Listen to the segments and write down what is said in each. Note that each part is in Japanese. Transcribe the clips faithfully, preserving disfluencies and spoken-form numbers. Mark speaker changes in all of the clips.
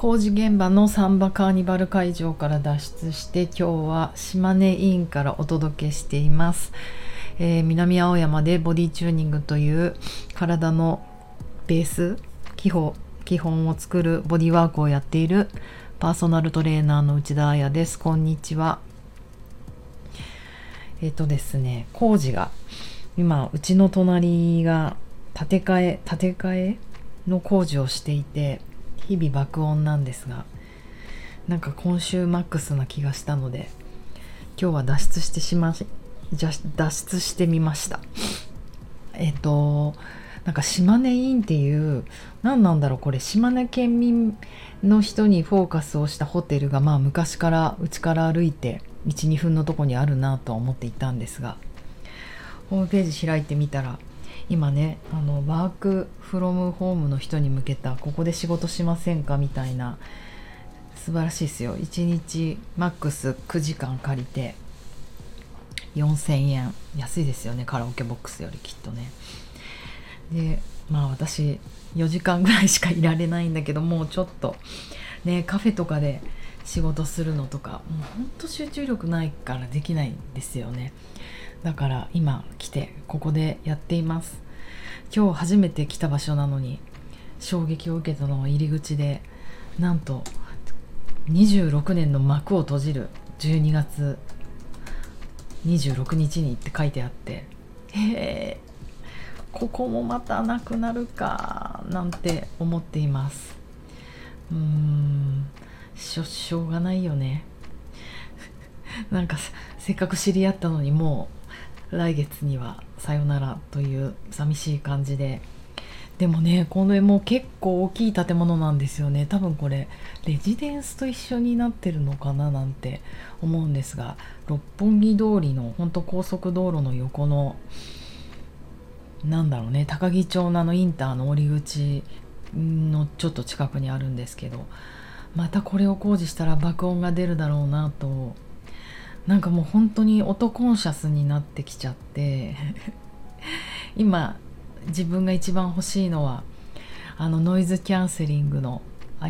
Speaker 1: 工事現場のサンバカーニバル会場から脱出して今日は島根インからお届けしています、えー、南青山でボディチューニングという体のベース基本、基本を作るボディワークをやっているパーソナルトレーナーの内田彩です。こんにちは。えっ、とですね工事が今うちの隣が建て替え建て替えの工事をしていて日々爆音なんですが、なんか今週マックスな気がしたので今日は脱出してしま脱出してみました。えっとなんか島根インっていう何なんだろうこれ島根県民の人にフォーカスをしたホテルがまあ昔からうちから歩いて いち,に 分のとこにあるなとは思っていたんですが、ホームページ開いてみたら今ねあのワークフロムホームの人に向けたここで仕事しませんかみたいな、素晴らしいですよ。いちにちマックスくじかん借りてよんせんえん、安いですよね、カラオケボックスよりきっとね。でまあ私よじかんぐらいしかいられないんだけど、もうちょっとねカフェとかで仕事するのとかもうほんと集中力ないからできないんですよね。だから今来てここでやっています。今日初めて来た場所なのに衝撃を受けたのは入り口で、なんとにじゅうろくねんの幕を閉じるじゅうにがつにじゅうろくにちにって書いてあって、へーここもまたなくなるかなんて思っています。うーんしょ、しょうがないよねなんかせっかく知り合ったのにもう来月にはさよならという寂しい感じで、でもねこれも結構大きい建物なんですよね。多分これレジデンスと一緒になってるのかななんて思うんですが、六本木通りの本当高速道路の横のなんだろうね高木町のあのインターの降り口のちょっと近くにあるんですけど、またこれを工事したら爆音が出るだろうなと、なんかもう本当に音コンシャスになってきちゃって今自分が一番欲しいのはあのノイズキャンセリングの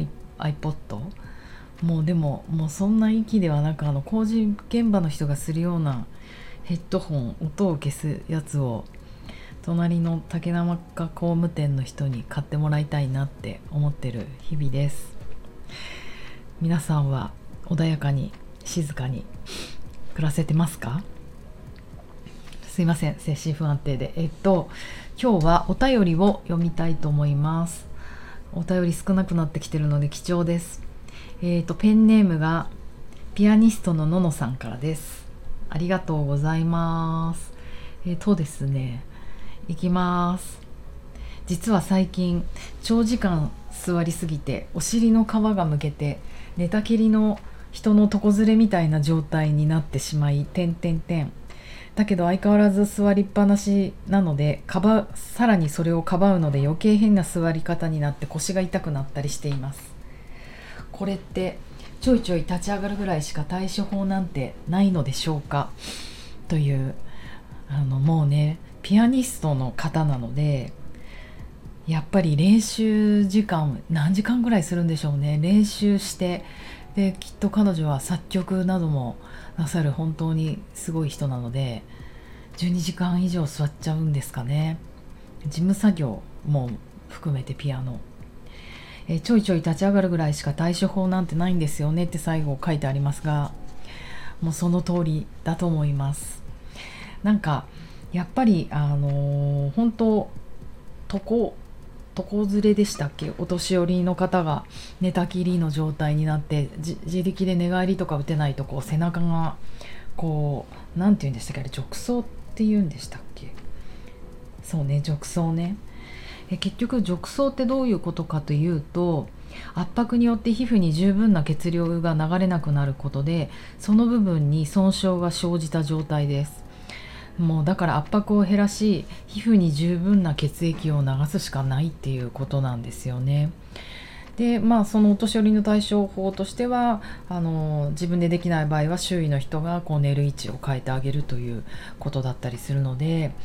Speaker 1: iPod。 もうでももうそんな域ではなく、あの工事現場の人がするようなヘッドホン、音を消すやつを隣の竹中工務店の人に買ってもらいたいなって思ってる日々です。皆さんは穏やかに静かに暮らせてますか？すいません精神不安定で。えっと今日はお便りを読みたいと思います。お便り少なくなってきてるので貴重です。えっとペンネームがピアニストのののさんからです。ありがとうございます。えっとですねいきます。実は最近長時間座りすぎてお尻の皮がむけて寝たきりの人の床ずれみたいな状態になってしまい、点点点だけど相変わらず座りっぱなしなのでかばさらにそれをかばうので余計変な座り方になって腰が痛くなったりしています。これってちょいちょい立ち上がるぐらいしか対処法なんてないのでしょうか、という、あのもうねピアニストの方なのでやっぱり練習時間何時間ぐらいするんでしょうね。練習してできっと彼女は作曲などもなさる本当にすごい人なのでじゅうにじかん以上座っちゃうんですかね。事務作業も含めてピアノえちょいちょい立ち上がるぐらいしか対処法なんてないんですよねって最後書いてありますが、もうその通りだと思います。なんかやっぱりあのー、本当床床ずれでしたっけ、お年寄りの方が寝たきりの状態になって自力で寝返りとか打てないとこう背中がこうなんて言うんでしたっけ、あれ褥瘡って言うんでしたっけ。そうね褥瘡ね。え結局褥瘡ってどういうことかというと、圧迫によって皮膚に十分な血流が流れなくなることでその部分に損傷が生じた状態です。もうだから圧迫を減らし皮膚に十分な血液を流すしかないっていうことなんですよね。でまあそのお年寄りの対処法としてはあの自分でできない場合は周囲の人がこう寝る位置を変えてあげるということだったりするので、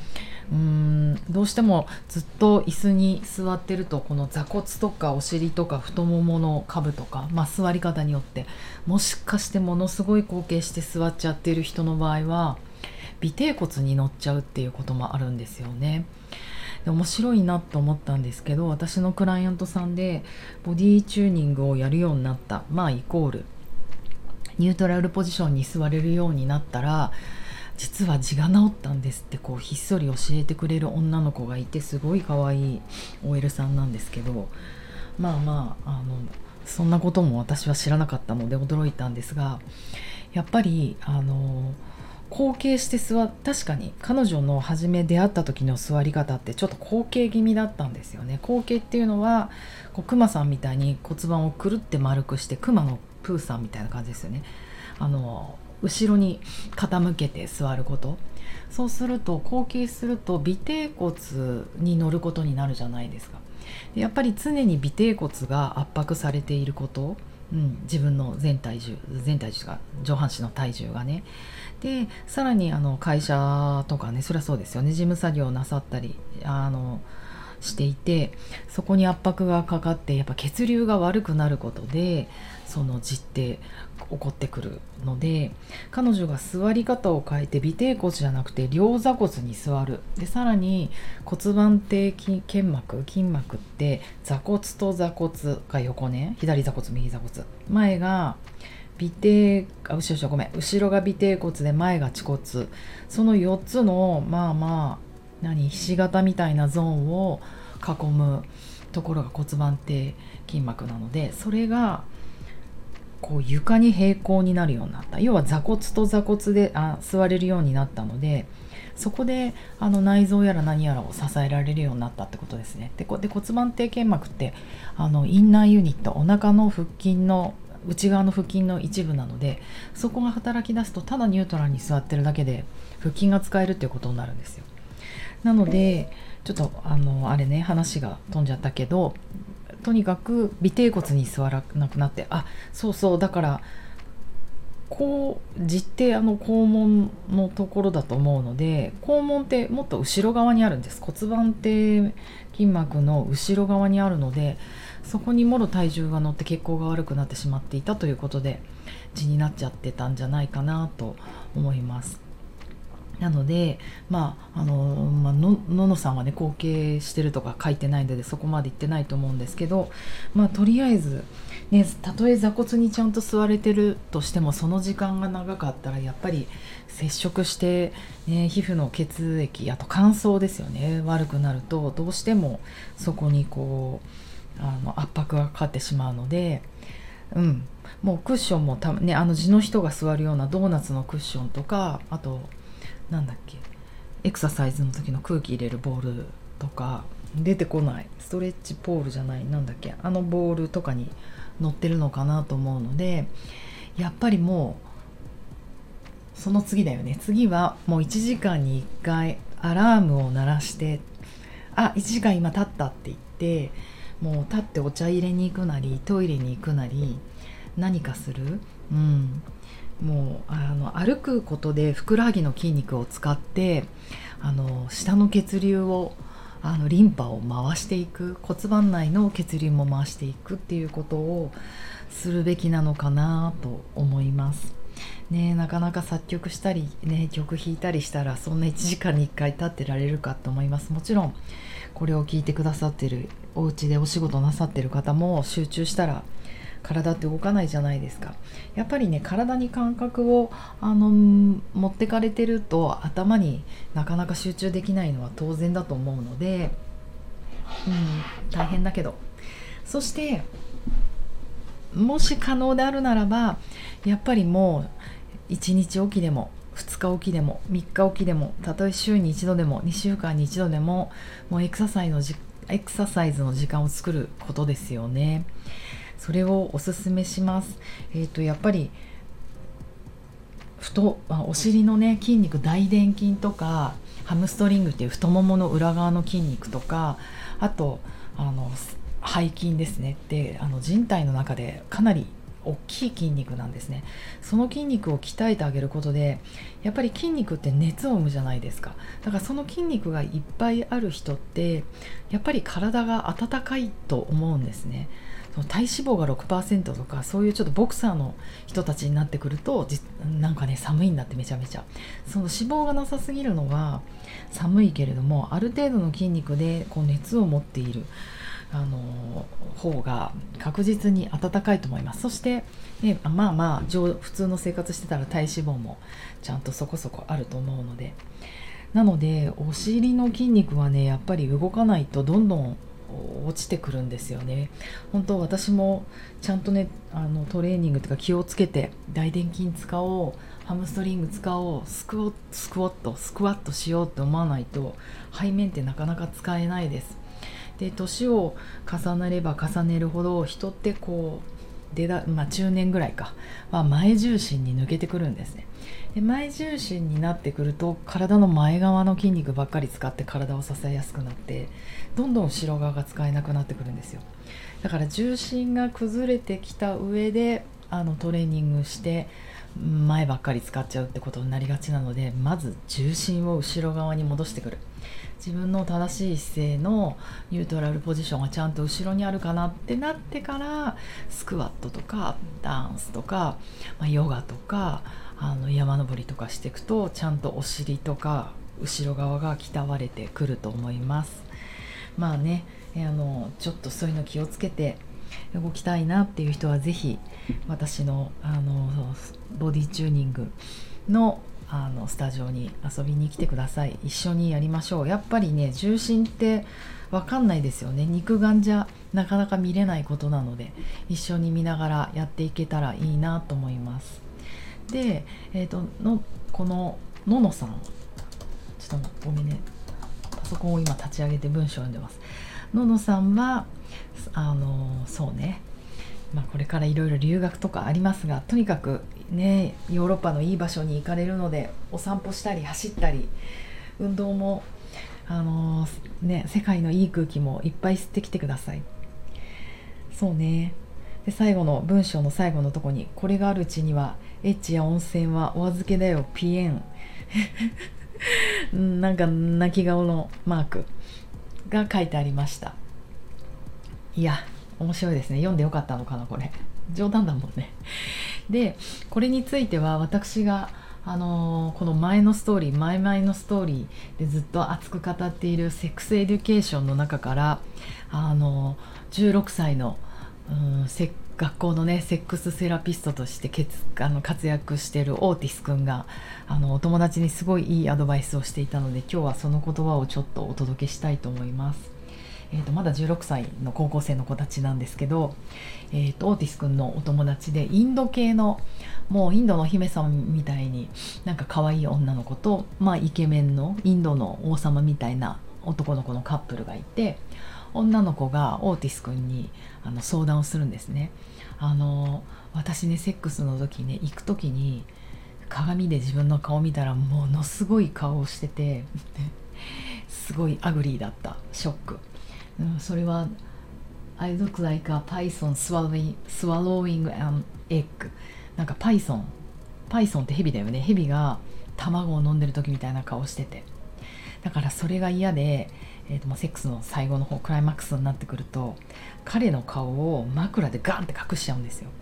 Speaker 1: うーんどうしてもずっと椅子に座ってるとこの座骨とかお尻とか太ももの下部とか、まあ、座り方によってもしかしてものすごい後傾して座っちゃっている人の場合は尾てい骨に乗っちゃうっていうこともあるんですよね。で面白いなと思ったんですけど、私のクライアントさんでボディチューニングをやるようになった、まあイコールニュートラルポジションに座れるようになったら実は痔が治ったんですってこうひっそり教えてくれる女の子がいて、すごい可愛い オーエル さんなんですけど、まあまあ、あのそんなことも私は知らなかったので驚いたんですが、やっぱりあの後傾して座っ確かに彼女の初め出会った時の座り方ってちょっと後傾気味だったんですよね。後傾っていうのはこうクマさんみたいに骨盤をくるって丸くしてクマのプーさんみたいな感じですよね。あの後ろに傾けて座ること、そうすると後傾すると尾てい骨に乗ることになるじゃないですか。でやっぱり常に尾てい骨が圧迫されていること、うん、自分の全体重全体重が上半身の体重がね。でさらにあの会社とかね、そりゃそうですよね、事務作業をなさったりあのしていて、そこに圧迫がかかってやっぱ血流が悪くなることでその痔って起こってくるので、彼女が座り方を変えて尾てい骨じゃなくて両座骨に座る。でさらに骨盤底筋腱膜筋膜って座骨と座骨が横ね、左座骨右座骨、前が尾ていあ後ろごめん後ろが尾てい骨で前が恥骨、そのよっつのまあまあ何ひし形みたいなゾーンを囲むところが骨盤底筋膜なので、それがこう床に平行になるようになった。要は座骨と座骨であ座れるようになったので、そこであの内臓やら何やらを支えられるようになったってことですね。で、で骨盤底腱膜ってあのインナーユニット、お腹の腹筋の内側の腹筋の一部なので、そこが働き出すとただニュートラルに座ってるだけで腹筋が使えるっていうことになるんですよ。なのでちょっとあのあれね話が飛んじゃったけど、とにかく尾てい骨に座らなくなって、あそうそうだからこう痔ってあの肛門のところだと思うので、肛門ってもっと後ろ側にあるんです。骨盤底筋膜の後ろ側にあるので、そこにもろ体重が乗って血行が悪くなってしまっていたということで痔になっちゃってたんじゃないかなと思います。なので、まああのまあ、の, ののさんはね後傾してるとか書いてないのでそこまで言ってないと思うんですけど、まあ、とりあえず、ね、たとえ座骨にちゃんと座れてるとしてもその時間が長かったらやっぱり接触して、ね、皮膚の血液あと乾燥ですよね悪くなるとどうしてもそこにこうあの圧迫がかかってしまうので、うん、もうクッションもた、ね、あの地の人が座るようなドーナツのクッションとか、あとなんだっけエクササイズの時の空気入れるボールとか出てこない、ストレッチポールじゃないなんだっけあのボールとかに乗ってるのかなと思うので、やっぱりもうその次だよね。次はもういちじかんにいっかいアラームを鳴らして、あいちじかん今経ったって言ってもう立ってお茶入れに行くなりトイレに行くなり何かする、うんもうあの歩くことでふくらはぎの筋肉を使ってあの下の血流をあのリンパを回していく、骨盤内の血流も回していくっていうことをするべきなのかなと思いますね。なかなか作曲したり、ね、曲弾いたりしたらそんないちじかんにいっかい立ってられるかと思います。もちろんこれを聞いてくださってるお家でお仕事なさってる方も集中したら体って動かないじゃないですか。やっぱりね体に感覚をあの持ってかれてると頭になかなか集中できないのは当然だと思うので、うん、大変だけど、そしてもし可能であるならばやっぱりもういちにちおきでもふつかおきでもみっかおきでもたとえ週にいちどでもにしゅうかんにいちどでももうエクササイズのじエクササイズの時間を作ることですよね。それをおすすめします。えーと、やっぱり太お尻のね筋肉大臀筋とかハムストリングっていう太ももの裏側の筋肉とか、あとあの背筋ですねってあの人体の中でかなり大きい筋肉なんですね。その筋肉を鍛えてあげることで、やっぱり筋肉って熱を生むじゃないですか。だからその筋肉がいっぱいある人ってやっぱり体が温かいと思うんですね。その体脂肪が ろくパーセント とか、そういうちょっとボクサーの人たちになってくるとじなんかね寒いんだって。めちゃめちゃその脂肪がなさすぎるのは寒いけれども、ある程度の筋肉でこう熱を持っているあの方が確実に暖かいと思います。そして、ね、まあまあ普通の生活してたら体脂肪もちゃんとそこそこあると思うので、なのでお尻の筋肉はねやっぱり動かないとどんどん落ちてくるんですよね。本当私もちゃんとねあのトレーニングとか気をつけて大臀筋使おう、ハムストリング使おう、スクワスクワットスクワットしようって思わないと背面ってなかなか使えないです。で年を重ねれば重ねるほど人ってこうでだ、まあ、中年ぐらいかは前重心に抜けてくるんですね。で前重心になってくると体の前側の筋肉ばっかり使って体を支えやすくなって、どんどん後ろ側が使えなくなってくるんですよ。だから重心が崩れてきた上であのトレーニングして前ばっかり使っちゃうってことになりがちなので、まず重心を後ろ側に戻してくる。自分の正しい姿勢のニュートラルポジションがちゃんと後ろにあるかなってなってから、スクワットとかダンスとか、まあ、ヨガとかあの山登りとかしていくと、ちゃんとお尻とか後ろ側が鍛われてくると思います。まあね、あのちょっとそういうの気をつけて動きたいなっていう人はぜひ私の、あのボディチューニングのあのスタジオに遊びに来てください。一緒にやりましょう。やっぱりね重心って分かんないですよね。肉眼じゃなかなか見れないことなので、一緒に見ながらやっていけたらいいなと思います。で、えーと、のこのののさん、ちょっとごめんね、パソコンを今立ち上げて文章を読んでます。ののさんはあのそうね、まあ、これからいろいろ留学とかありますが、とにかくねヨーロッパのいい場所に行かれるので、お散歩したり走ったり運動もあのー、ね世界のいい空気もいっぱい吸ってきてください。そうね。で最後の文章の最後のとこに、これがあるうちにはエッチや温泉はお預けだよピエンなんか泣き顔のマークが書いてありました。いや面白いですね。読んでよかったのかな、これ冗談だもんね。でこれについては私があのー、この前のストーリー前々のストーリーでずっと熱く語っているセックスエデュケーションの中から、あのー、じゅうろくさいの、うん、せ学校のねセックスセラピストとしてけつあの活躍しているオーティスくんがあのお友達にすごいいいアドバイスをしていたので、今日はその言葉をちょっとお届けしたいと思います。えー、とまだじゅうろくさいの高校生の子たちなんですけど、えー、とオーティスくんのお友達でインド系のもうインドの姫様みたいになんか可愛い女の子と、まあ、イケメンのインドの王様みたいな男の子のカップルがいて、女の子がオーティスくんにあの相談をするんですね。あの私ねセックスの時ね行く時に鏡で自分の顔見たらものすごい顔をしててすごいアグリーだった。ショック。うん、それは I look like a python swallowing, swallowing an egg。 なんかパイソンパイソンってヘビだよね。ヘビが卵を飲んでる時みたいな顔してて、だからそれが嫌で、えーと、セックスの最後の方クライマックスになってくると彼の顔を枕でガンって隠しちゃうんですよ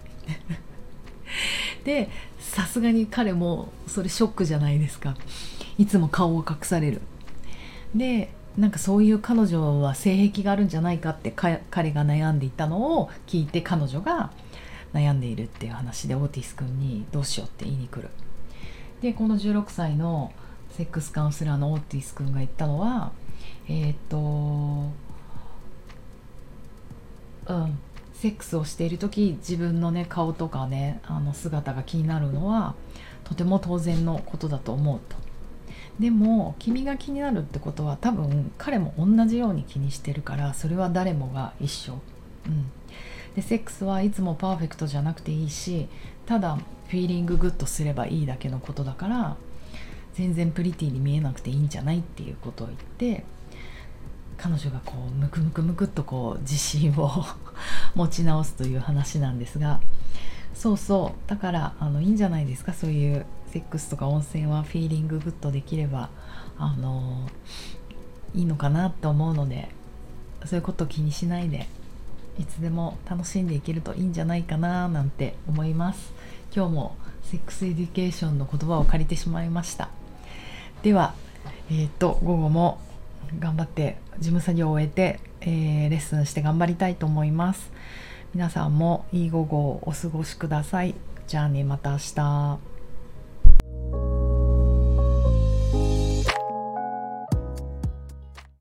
Speaker 1: でさすがに彼もそれショックじゃないですか。いつも顔を隠される。でなんかそういう彼女は性癖があるんじゃないかってか彼が悩んでいたのを聞いて、彼女が悩んでいるっていう話でオーティス君にどうしようって言いに来る。でこのじゅうろくさいのセックスカウンセラーのオーティス君が言ったのは、えー、っとうんセックスをしている時自分のね顔とかねあの姿が気になるのはとても当然のことだと思うと。でも君が気になるってことは多分彼も同じように気にしてるから、それは誰もが一緒、うん、でセックスはいつもパーフェクトじゃなくていいし、ただフィーリンググッドすればいいだけのことだから、全然プリティに見えなくていいんじゃないっていうことを言って、彼女がこうムクムクムクっとこう自信を持ち直すという話なんですが、 そうそう、だからあのいいんじゃないですか。そういうセックスとか温泉はフィーリンググッドできればあのいいのかなって思うので、そういうことを気にしないでいつでも楽しんでいけるといいんじゃないかななんて思います。今日もセックスエデュケーションの言葉を借りてしまいました。では、えー、と午後も頑張って事務作業を終えて、えーレッスンして頑張りたいと思います。皆さんもいい午後をお過ごしください。じゃあね、また明日。